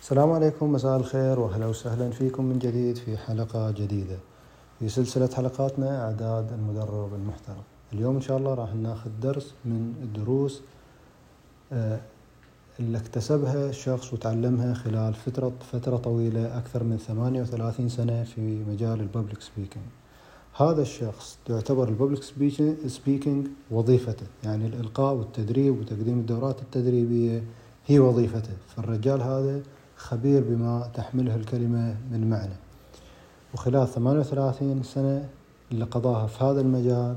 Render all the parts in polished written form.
السلام عليكم، مساء الخير وأهلا وسهلا فيكم من جديد في حلقة جديدة في سلسلة حلقاتنا إعداد المدرب المحترف. اليوم إن شاء الله راح ناخذ درس من الدروس اللي اكتسبها الشخص وتعلمها خلال فترة طويلة أكثر من 38 سنة في مجال الببليك سبيكينج. هذا الشخص تعتبر الببليك سبيكينج وظيفته، يعني الإلقاء والتدريب وتقديم الدورات التدريبية هي وظيفته. فالرجال هذا خبير بما تحمله الكلمة من معنى، وخلال 38 سنة اللي قضاها في هذا المجال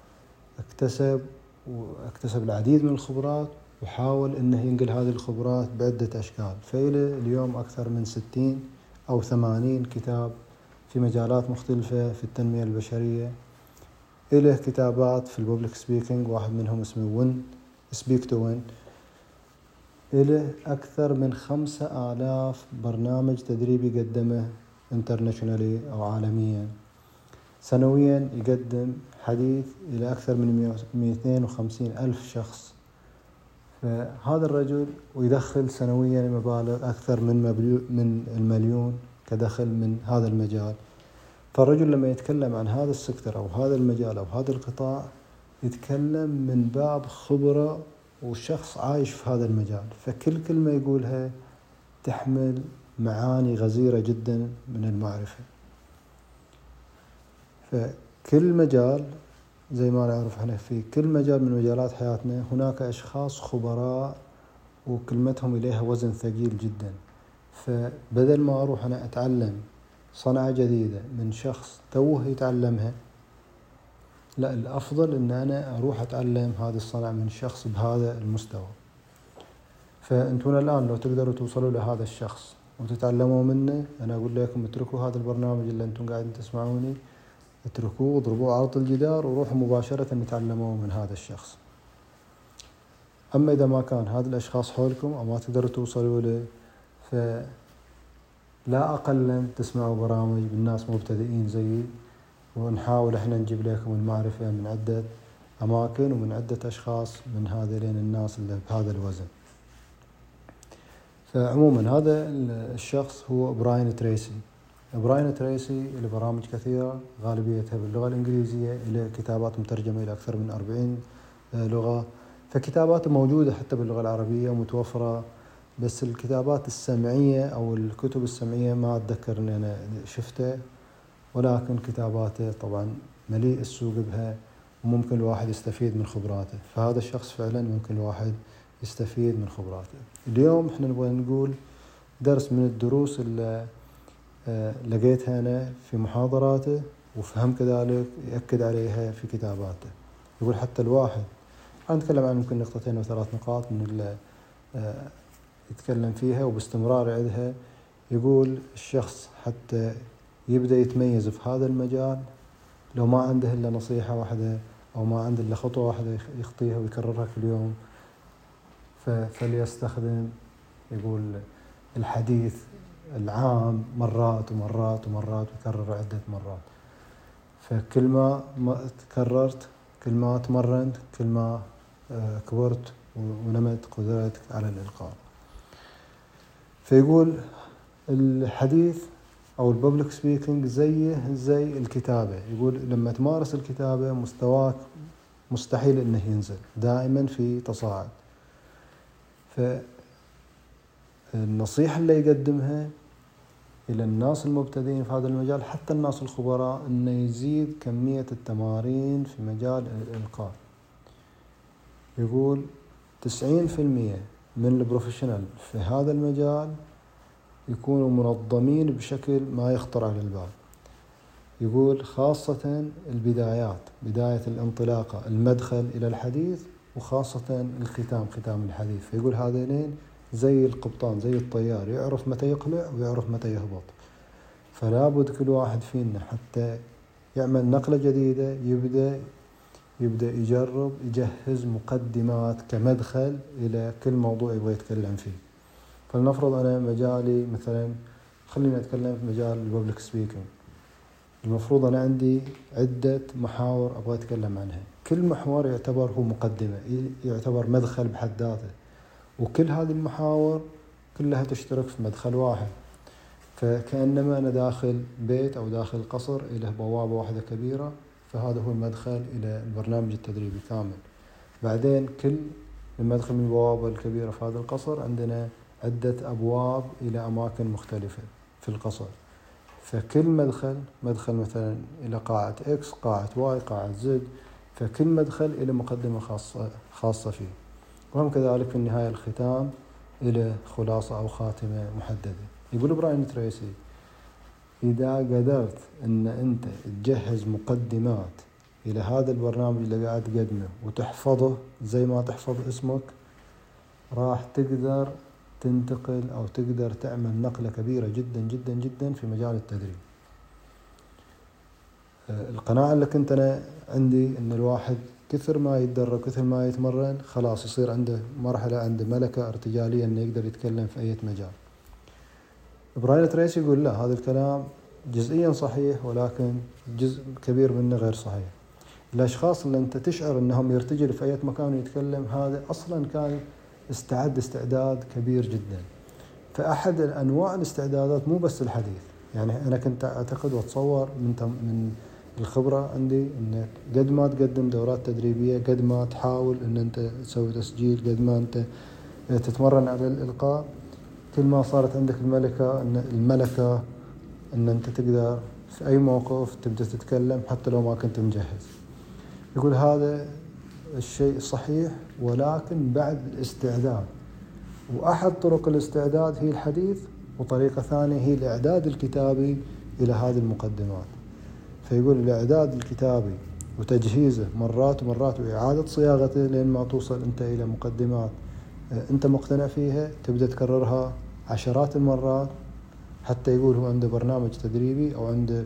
اكتسب العديد من الخبرات، وحاول أنه ينقل هذه الخبرات بعدة أشكال. فإله اليوم أكثر من 60 أو 80 كتاب في مجالات مختلفة في التنمية البشرية. إله كتابات في الببليك سبيكينج، واحد منهم اسمه وين سبيك تو وين. إله أكثر من 5000 برنامج تدريبي قدمه انترناشونالي أو عالميا. سنويا يقدم حديث إلى أكثر من 250 ألف شخص. فهذا الرجل ويدخل سنويا مبالغ أكثر من المليون كدخل من هذا المجال. فالرجل لما يتكلم عن هذا السكتر أو هذا المجال أو هذا القطاع يتكلم من باب خبرة والشخص عايش في هذا المجال، فكل كلمة يقولها تحمل معاني غزيرة جدا من المعرفة. فكل مجال زي ما نعرف احنا في كل مجال من مجالات حياتنا هناك أشخاص خبراء وكلمتهم إليها وزن ثقيل جدا. فبدل ما أروح أنا أتعلم صنعة جديدة من شخص توه يتعلمها، لا، الأفضل أن أنا أروح أتعلم هذه الصنعة من شخص بهذا المستوى. فأنتون الآن لو تقدروا توصلوا لهذا الشخص وتتعلموا منه، أنا أقول لكم اتركوا هذا البرنامج اللي أنتم قاعدين تسمعوني، اتركوه وضربوه عرض الجدار وروحوا مباشرة تتعلموا من هذا الشخص. أما إذا ما كان هذا الأشخاص حولكم أو ما تقدروا توصلوا له، فلا أقل تسمعوا برامج بالناس مبتدئين زيي، ونحاول احنا نجيب لكم المعرفة من عدة أماكن ومن عدة أشخاص من هذين الناس اللي بهذا الوزن. فعموما هذا الشخص هو براين تريسي. براين تريسي له برامج كثيرة، غالبيتها باللغة الإنجليزية، له كتابات مترجمة إلى أكثر من 40 لغة. فكتاباته موجودة حتى باللغة العربية متوفرة، بس الكتابات السمعية أو الكتب السمعية ما أتذكر أن أنا شفته، ولكن كتاباته طبعا مليء السوق بها وممكن الواحد يستفيد من خبراته. فهذا الشخص فعلا ممكن الواحد يستفيد من خبراته. اليوم احنا نبغى نقول درس من الدروس اللي لقيتها أنا في محاضراته، وفهم كذلك يأكد عليها في كتاباته. يقول حتى الواحد نتكلم عن يمكن نقطتين أو 3 نقاط من اللي يتكلم فيها وباستمرار يعيدها. يقول الشخص حتى يبدأ يتميز في هذا المجال، لو ما عنده إلا نصيحة واحدة أو ما عنده إلا خطوة واحدة يخطيها ويكررها كل يوم، فليستخدم يقول الحديث العام مرات ومرات ومرات ويكرر عدة مرات. فكل ما تكررت، كل ما تمرنت، كل ما كبرت ونمت قدرتك على الإلقاء. فيقول الحديث أو الببليك سبيكينج زي الكتابة. يقول لما تمارس الكتابة مستواك مستحيل إنه ينزل، دائما في تصاعد. فالنصيحة اللي يقدمها إلى الناس المبتدئين في هذا المجال حتى الناس الخبراء إنه يزيد كمية التمارين في مجال الإلقاء. يقول 90% من البروفيشنال في هذا المجال يكونوا منظمين بشكل ما يخطر على البال. يقول خاصة البدايات، بداية الانطلاقة، المدخل إلى الحديث، وخاصة الختام، ختام الحديث. فيقول هذين زي القبطان، زي الطيار، يعرف متى يقلع ويعرف متى يهبط. فلا بد كل واحد فينا حتى يعمل نقلة جديدة يبدأ يجرب، يجهز مقدمات كمدخل إلى كل موضوع يبغى يتكلم فيه. فلنفرض أنا مجالي مثلا، خلينا أتكلم في مجال الببليك سبيكينج. المفروض أنا عندي عدة محاور أبغى أتكلم عنها، كل محور يعتبر هو مقدمة، يعتبر مدخل بحد ذاته. وكل هذه المحاور كلها تشترك في مدخل واحد، فكأنما أنا داخل بيت أو داخل قصر إله بوابة واحدة كبيرة، فهذا هو المدخل إلى البرنامج التدريبي كامل. بعدين كل المدخل من البوابة الكبيرة في هذا القصر عندنا عدة أبواب إلى أماكن مختلفة في القصر، فكل مدخل مثلا إلى قاعة إكس، قاعة واي، قاعة زد، فكل مدخل إلى مقدمة خاصة فيه. وهم كذلك في النهاية الختام إلى خلاصة أو خاتمة محددة. يقول براين تريسي إذا قدرت أن أنت تجهز مقدمات إلى هذا البرنامج اللي قاعد تقدمه وتحفظه زي ما تحفظ اسمك، راح تقدر تنتقل أو تقدر تعمل نقلة كبيرة جدا جدا جدا في مجال التدريب. القناعة اللي كنت أنا عندي أن الواحد كثر ما يتدرب كثر ما يتمرن خلاص يصير عنده مرحلة، عنده ملكة ارتجالية أنه يقدر يتكلم في أي مجال. براين تريسي يقول لا، هذا الكلام جزئيا صحيح ولكن جزء كبير منه غير صحيح. الأشخاص اللي أنت تشعر أنهم يرتجل في أي مكان ويتكلم، هذا أصلا كان استعداد كبير جدا. فأحد أنواع الاستعدادات مو بس الحديث، يعني أنا كنت أعتقد وأتصور من الخبرة عندي أن قد ما تقدم دورات تدريبية، قد ما تحاول أن أنت تسوي تسجيل، قد ما أنت تتمرن على الإلقاء، كل ما صارت عندك الملكة أن أنت تقدر في أي موقف تبدأ تتكلم حتى لو ما كنت مجهز. يقول هذا الشيء صحيح، ولكن بعد الاستعداد. وأحد طرق الاستعداد هي الحديث، وطريقة ثانية هي الإعداد الكتابي إلى هذه المقدمات. فيقول الإعداد الكتابي وتجهيزه مرات ومرات وإعادة صياغته لين ما توصل أنت إلى مقدمات أنت مقتنع فيها، تبدأ تكررها عشرات المرات، حتى يقول هو عنده برنامج تدريبي أو عنده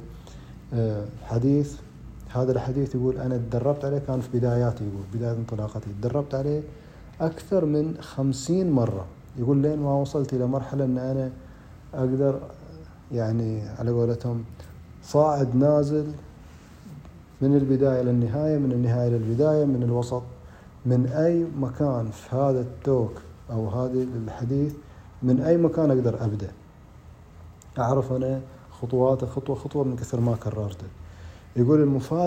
حديث. هذا الحديث يقول أنا تدربت عليه، كان في بداياتي، يقول بداية انطلاقتي تدربت عليه أكثر من 50 مرة. يقول لين ما وصلت إلى مرحلة أن أنا أقدر يعني على قولتهم صاعد نازل من البداية للنهاية، من النهاية للبداية، من الوسط، من أي مكان في هذا التوك أو هذا الحديث، من أي مكان أقدر أبدأ، أعرف أنا خطواته خطوة خطوة من كثر ما كررته. يقول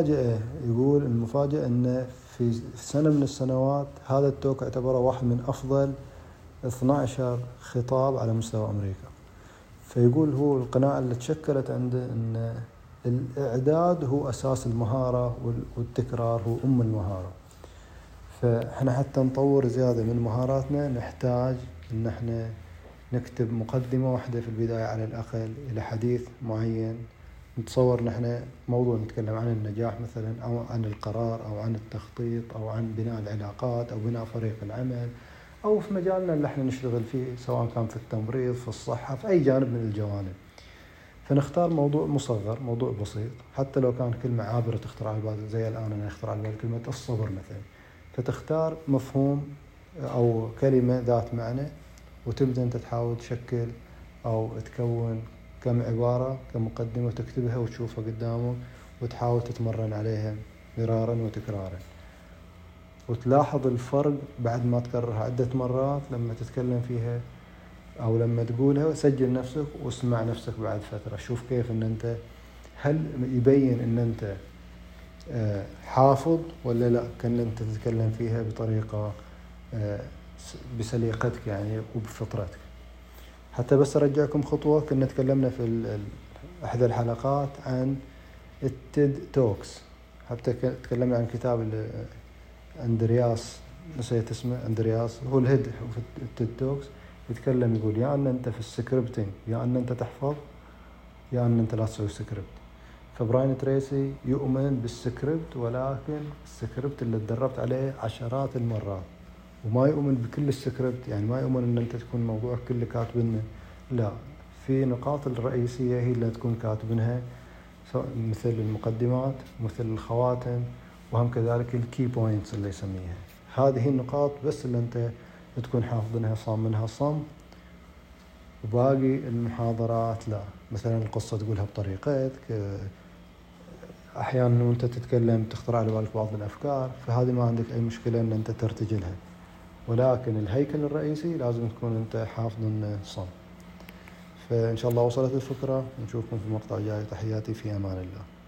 المفاجأة أن في سنة من السنوات هذا التوك اعتبره واحد من أفضل 12 خطاب على مستوى أمريكا. فيقول هو القناعة اللي تشكلت عنده أن الإعداد هو أساس المهارة والتكرار هو أم المهارة. فإحنا حتى نطور زيادة من مهاراتنا نحتاج أن احنا نكتب مقدمة واحدة في البداية على الأقل إلى حديث معين. نتصور نحن موضوع نتكلم عن النجاح مثلا، أو عن القرار، أو عن التخطيط، أو عن بناء العلاقات، أو بناء فريق العمل، أو في مجالنا اللي احنا نشتغل فيه سواء كان في التمريض، في الصحة، في أي جانب من الجوانب. فنختار موضوع مصغر، موضوع بسيط، حتى لو كان كلمة عابرة تخطر على البال، زي الآن أنا أخطر على البال كلمة الصبر مثلا. فتختار مفهوم أو كلمة ذات معنى، وتبدأ أنت تحاول تشكل أو تكون كم عبارة كمقدمة وتكتبها وتشوفها قدامك وتحاول تتمرن عليها مرارا وتكرارا، وتلاحظ الفرق بعد ما تكررها عدة مرات. لما تتكلم فيها أو لما تقولها سجل نفسك واسمع نفسك بعد فترة، شوف كيف أن أنت هل يبين أن أنت حافظ ولا لا، كأن أنت تتكلم فيها بطريقة بسليقتك يعني وبفطرتك. حتى بس أرجعكم خطوة، كنا تكلمنا في أحد الحلقات عن التيد توكس، حتى تكلمنا عن كتاب أندرياس، نسيت اسمه، أندرياس هو الهيد في التيد توكس. يتكلم يقول يا أن أنت في السكريبتين، يا أن أنت تحفظ، يا أن أنت لا تسوي سكريبت. فبراين تريسي يؤمن بالسكريبت، ولكن السكريبت اللي تدربت عليه عشرات المرات، وما يؤمن بكل السكريبت، يعني ما يؤمن أن أنت تكون موضوعك كله كاتبنه، لا، في نقاط الرئيسية هي اللي تكون كاتبنها، مثل المقدمات، مثل الخواتم، وهم كذلك الكي بوينتس اللي يسميها. هذه النقاط بس اللي أنت تكون حافظنها صامنها صم، وباقي المحاضرات لا. مثلا القصة تقولها بطريقتك، أحيانا وأنت تتكلم تخطر على بالك بعض الأفكار، فهذه ما عندك أي مشكلة أن أنت ترتجلها. ولكن الهيكل الرئيسي لازم تكون أنت حافظ صم. فإن شاء الله وصلت الفكرة، نشوفكم في المقطع الجاي. تحياتي، في أمان الله.